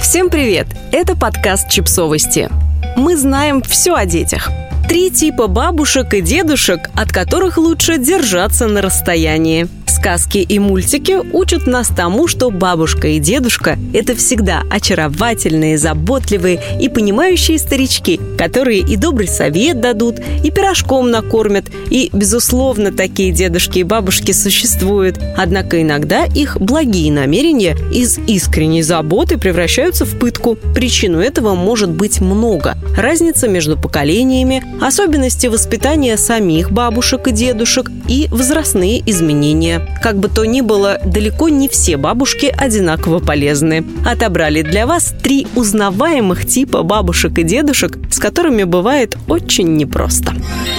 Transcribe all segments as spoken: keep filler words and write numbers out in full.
Всем привет! Это подкаст «Чипсовости». Мы знаем все о детях. Три типа бабушек и дедушек, от которых лучше держаться на расстоянии. Сказки и мультики учат нас тому, что бабушка и дедушка – это всегда очаровательные, заботливые и понимающие старички, которые и добрый совет дадут, и пирожком накормят. И, безусловно, такие дедушки и бабушки существуют. Однако иногда их благие намерения из искренней заботы превращаются в пытку. Причин этого может быть много. Разница между поколениями, особенности воспитания самих бабушек и дедушек и возрастные изменения. Как бы то ни было, далеко не все бабушки одинаково полезны. Отобрали для вас три узнаваемых типа бабушек и дедушек, с которыми бывает очень непросто.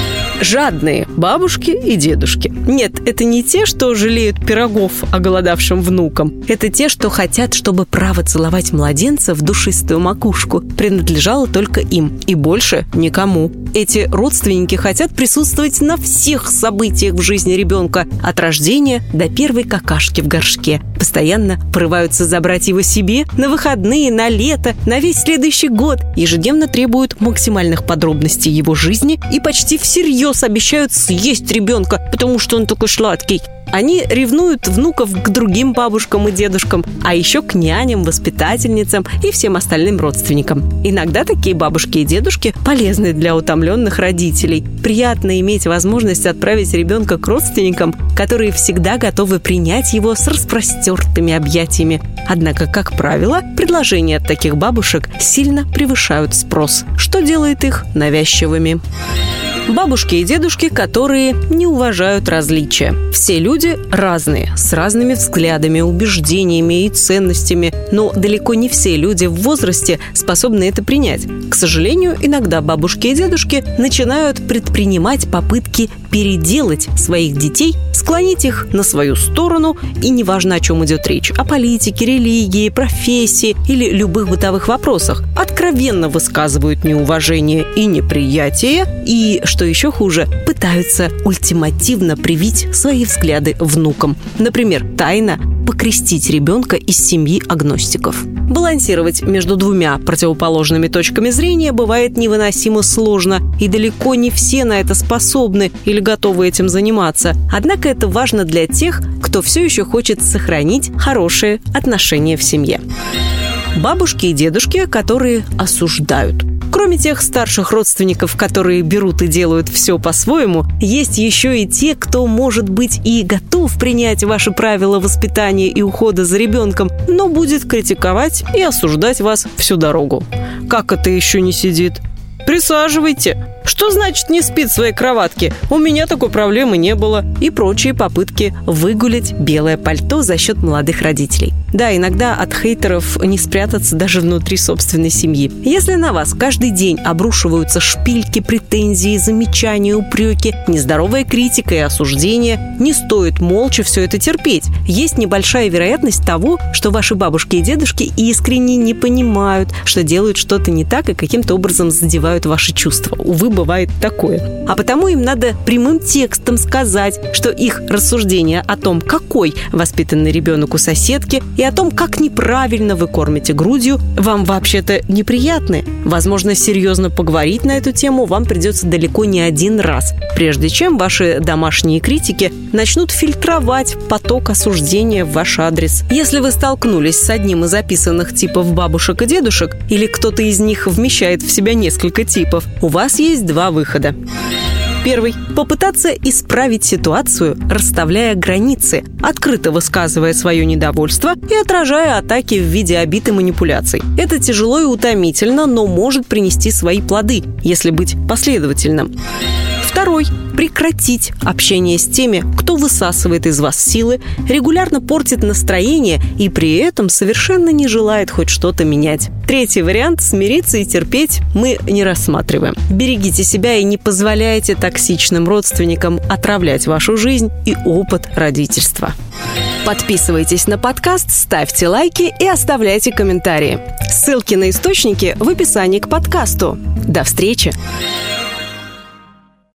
Жадные бабушки и дедушки. Нет, это не те, что жалеют пирогов оголодавшим внукам. Это те, что хотят, чтобы право целовать младенца в душистую макушку принадлежало только им и больше никому. Эти родственники хотят присутствовать на всех событиях в жизни ребенка, от рождения до первой какашки в горшке. Постоянно порываются забрать его себе на выходные, на лето, на весь следующий год. Ежедневно требуют максимальных подробностей его жизни и почти всерьез обещают съесть ребенка, потому что он такой сладкий. Они ревнуют внуков к другим бабушкам и дедушкам, а еще к няням, воспитательницам и всем остальным родственникам. Иногда такие бабушки и дедушки полезны для утомленных родителей. Приятно иметь возможность отправить ребенка к родственникам, которые всегда готовы принять его с распростертыми объятиями. Однако, как правило, предложения от таких бабушек сильно превышают спрос, что делает их навязчивыми. Бабушки и дедушки, которые не уважают различия. Все люди разные, с разными взглядами, убеждениями и ценностями, но далеко не все люди в возрасте способны это принять. К сожалению, иногда бабушки и дедушки начинают предпринимать попытки переделать своих детей, склонить их на свою сторону, и неважно, о чем идет речь – о политике, религии, профессии или любых бытовых вопросах, откровенно высказывают неуважение и неприятие, и, что еще хуже, пытаются ультимативно привить свои взгляды внукам. Например, тайно покрестить ребенка из семьи агностиков. Балансировать между двумя противоположными точками зрения бывает невыносимо сложно, и далеко не все на это способны или готовы этим заниматься. Однако это важно для тех, кто все еще хочет сохранить хорошие отношения в семье. Бабушки и дедушки, которые осуждают. Кроме тех старших родственников, которые берут и делают все по-своему, есть еще и те, кто, может быть, и готов принять ваши правила воспитания и ухода за ребенком, но будет критиковать и осуждать вас всю дорогу. Как это еще не сидит? Присаживайте! Что значит не спит в своей кроватке? У меня такой проблемы не было. И прочие попытки выгулять белое пальто за счет молодых родителей. Да, иногда от хейтеров не спрятаться даже внутри собственной семьи. Если на вас каждый день обрушиваются шпильки, претензии, замечания, упреки, нездоровая критика и осуждение, не стоит молча все это терпеть. Есть небольшая вероятность того, что ваши бабушки и дедушки искренне не понимают, что делают что-то не так и каким-то образом задевают ваши чувства. Увы, бывает такое. А потому им надо прямым текстом сказать, что их рассуждения о том, какой воспитанный ребенок у соседки, и о том, как неправильно вы кормите грудью, вам вообще-то неприятны. Возможно, серьезно поговорить на эту тему вам придется далеко не один раз, прежде чем ваши домашние критики начнут фильтровать поток осуждения в ваш адрес. Если вы столкнулись с одним из описанных типов бабушек и дедушек, или кто-то из них вмещает в себя несколько типов, у вас есть два выхода. Первый. Попытаться исправить ситуацию, расставляя границы, открыто высказывая свое недовольство и отражая атаки в виде обид и манипуляций. Это тяжело и утомительно, но может принести свои плоды, если быть последовательным. Второй. Прекратить общение с теми, кто высасывает из вас силы, регулярно портит настроение и при этом совершенно не желает хоть что-то менять. Третий вариант – смириться и терпеть мы не рассматриваем. Берегите себя и не позволяйте токсичным родственникам отравлять вашу жизнь и опыт родительства. Подписывайтесь на подкаст, ставьте лайки и оставляйте комментарии. Ссылки на источники в описании к подкасту. До встречи!